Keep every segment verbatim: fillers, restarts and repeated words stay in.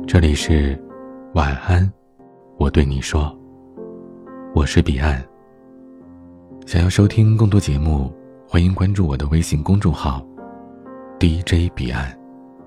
这里是晚安，我对你说，我是彼岸。想要收听更多节目，欢迎关注我的微信公众号 D J 彼岸。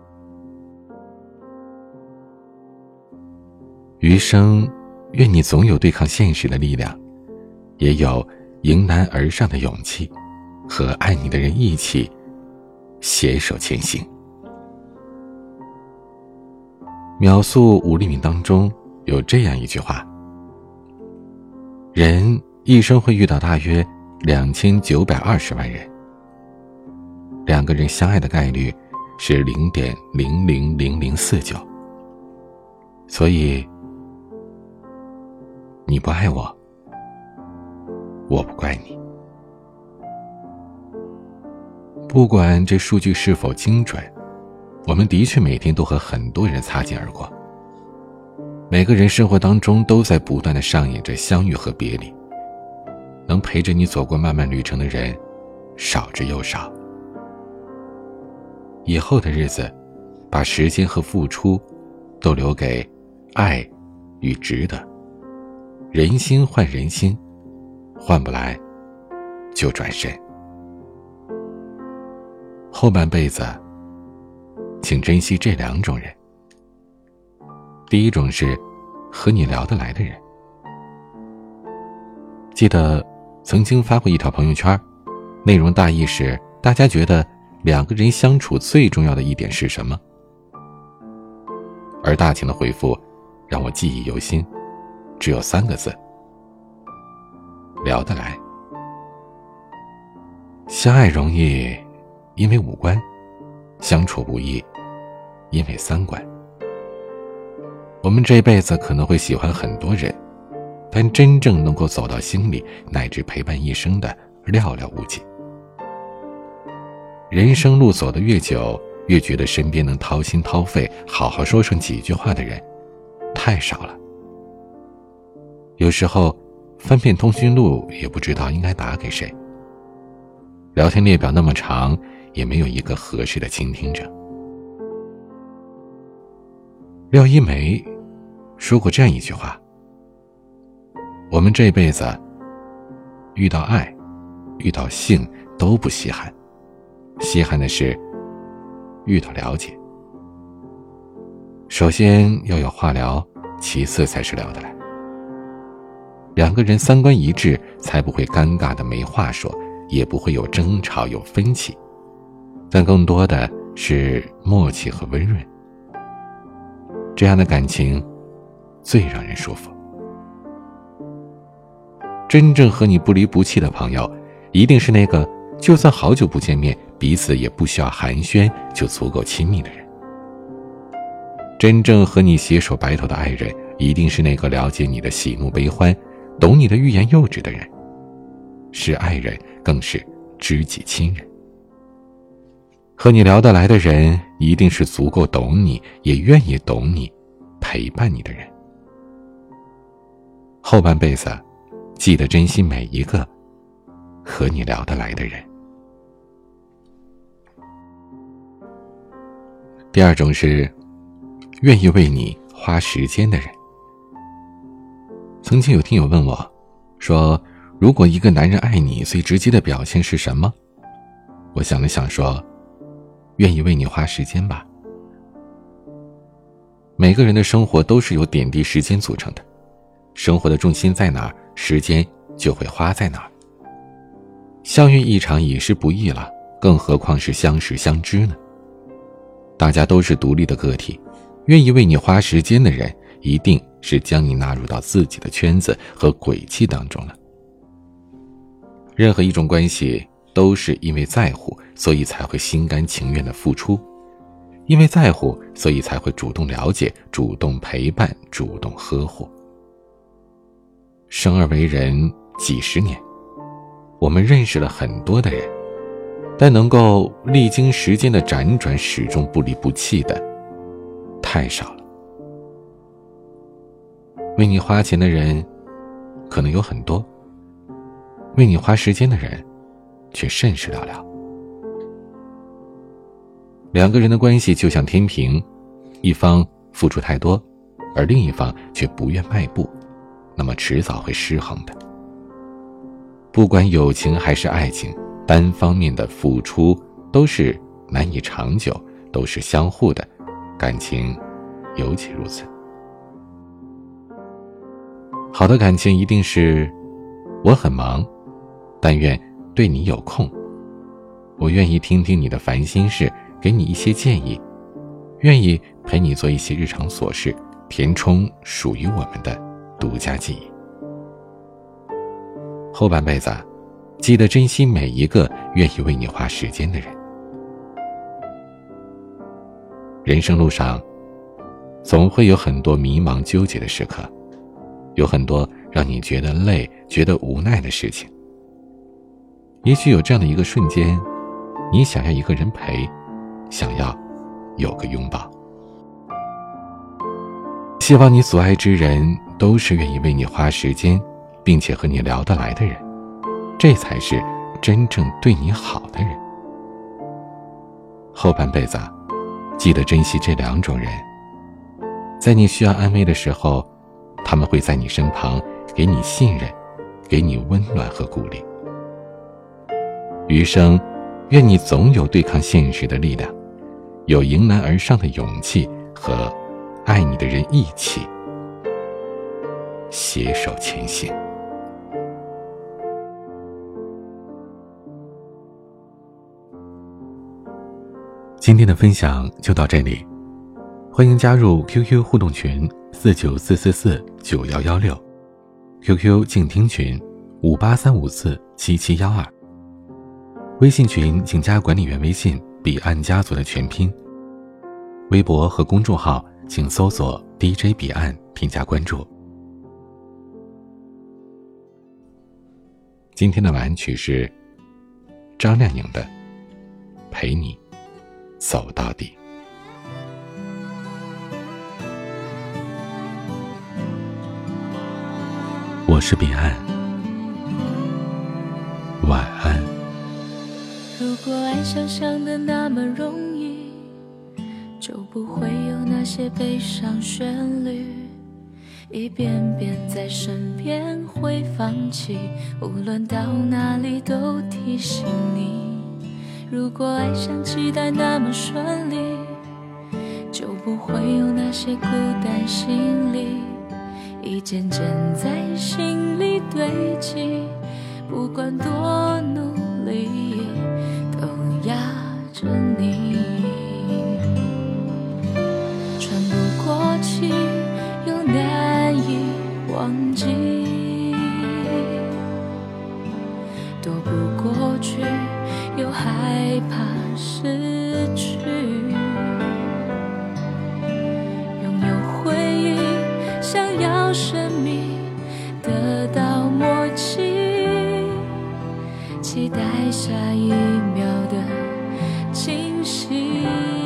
余生，愿你总有对抗现实的力量，也有迎难而上的勇气，和爱你的人一起携手前行。秒速五厘米当中有这样一句话：人一生会遇到大约两千九百二十万人，两个人相爱的概率是零点零零零零四九。所以，你不爱我，我不怪你。不管这数据是否精准，我们的确每天都和很多人擦肩而过。每个人生活当中都在不断地上演着相遇和别离，能陪着你走过漫漫旅程的人少之又少。以后的日子，把时间和付出都留给爱与值得。人心换人心，换不来就转身。后半辈子，请珍惜这两种人。第一种是和你聊得来的人。记得曾经发过一条朋友圈，内容大意是大家觉得两个人相处最重要的一点是什么？而大庆的回复让我记忆犹新，只有三个字：聊得来。相爱容易，因为五官；相处不易，因为三观。我们这辈子可能会喜欢很多人，但真正能够走到心里乃至陪伴一生的寥寥无几。人生路走得越久，越觉得身边能掏心掏肺好好说上几句话的人太少了。有时候翻遍通讯录也不知道应该打给谁，聊天列表那么长，也没有一个合适的倾听者。廖一梅说过这样一句话：我们这辈子遇到爱遇到性都不稀罕，稀罕的是遇到了解。首先要有话聊，其次才是聊得来。两个人三观一致，才不会尴尬的没话说，也不会有争吵有分歧，但更多的是默契和温润。这样的感情最让人舒服。真正和你不离不弃的朋友，一定是那个就算好久不见面，彼此也不需要寒暄就足够亲密的人。真正和你携手白头的爱人，一定是那个了解你的喜怒悲欢，懂你的欲言又止的人。是爱人，更是知己亲人。和你聊得来的人，一定是足够懂你，也愿意懂你，陪伴你的人。后半辈子，记得珍惜每一个和你聊得来的人。第二种是愿意为你花时间的人。曾经有听友问我说，如果一个男人爱你，最直接的表现是什么？我想了想说，愿意为你花时间吧。每个人的生活都是由点滴时间组成的，生活的重心在哪儿，时间就会花在哪儿。相遇一场已是不易了，更何况是相识相知呢？大家都是独立的个体，愿意为你花时间的人，一定是将你纳入到自己的圈子和轨迹当中了。任何一种关系都是因为在乎，所以才会心甘情愿的付出，因为在乎，所以才会主动了解，主动陪伴，主动呵护。生而为人几十年，我们认识了很多的人，但能够历经时间的辗转始终不离不弃的太少了。为你花钱的人可能有很多，为你花时间的人却甚是寥寥。两个人的关系就像天平，一方付出太多，而另一方却不愿迈步，那么迟早会失衡的。不管友情还是爱情，单方面的付出都是难以长久，都是相互的，感情尤其如此。好的感情一定是我很忙，但愿对你有空，我愿意听听你的烦心事，给你一些建议，愿意陪你做一些日常琐事，填充属于我们的独家记忆。后半辈子，记得珍惜每一个愿意为你花时间的人。人生路上，总会有很多迷茫纠结的时刻，有很多让你觉得累、觉得无奈的事情。也许有这样的一个瞬间，你想要一个人陪，想要有个拥抱。希望你所爱之人都是愿意为你花时间，并且和你聊得来的人，这才是真正对你好的人。后半辈子，记得珍惜这两种人，在你需要安慰的时候，他们会在你身旁，给你信任，给你温暖和鼓励。余生，愿你总有对抗现实的力量，有迎难而上的勇气和爱你的人一起携手前行。今天的分享就到这里，欢迎加入 Q Q 互动群四九四四四九一一六 Q Q 静听群五八三五四七七一二，微信群请加管理员微信彼岸家族的全拼，微博和公众号请搜索 D J 彼岸添加关注。今天的晚安曲是张靓颖的《陪你走到底》。我是彼岸，晚安。 如果爱想象的那么容易，就不会有那些悲伤旋律，一遍遍在身边会放弃，无论到哪里都提醒你。如果爱像期待那么顺利，就不会有那些孤单心理，一件件在心里堆积，不管多努力都压着你，喘不过气又难以忘记，躲不过去又害怕失去，拥有回忆想要生命得到默契，期待下一秒的惊喜，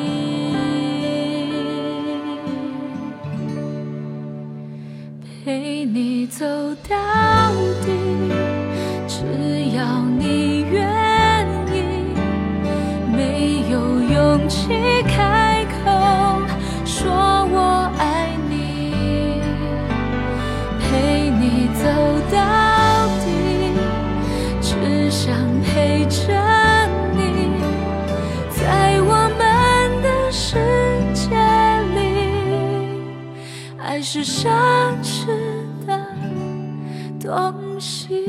陪你走到底，只要你愿意，没有勇气开口说我爱你，陪你走到底，只想陪着你，在我们的世界里，爱是奢侈的东西。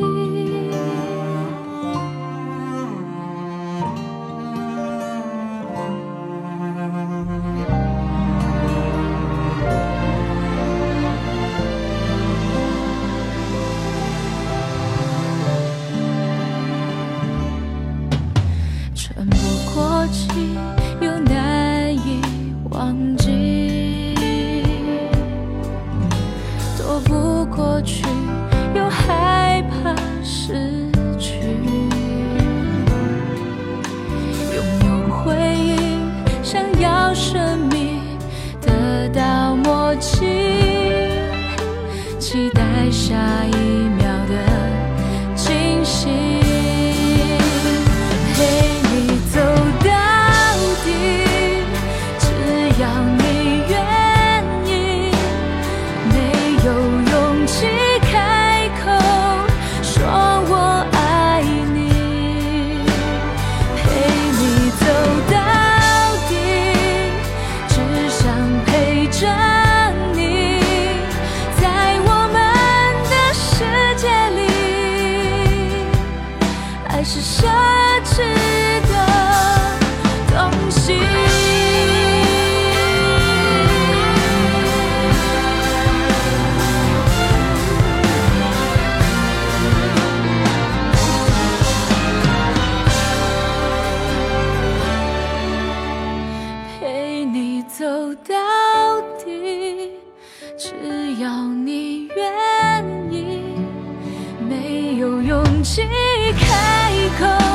喘不过气又难以忘记，躲不过去又害怕失去，拥有回忆想要生命得到默契，期待下一秒的惊喜，陪你走到底，只要你愿息。陪你走到底，只要你愿意，没有勇气开口。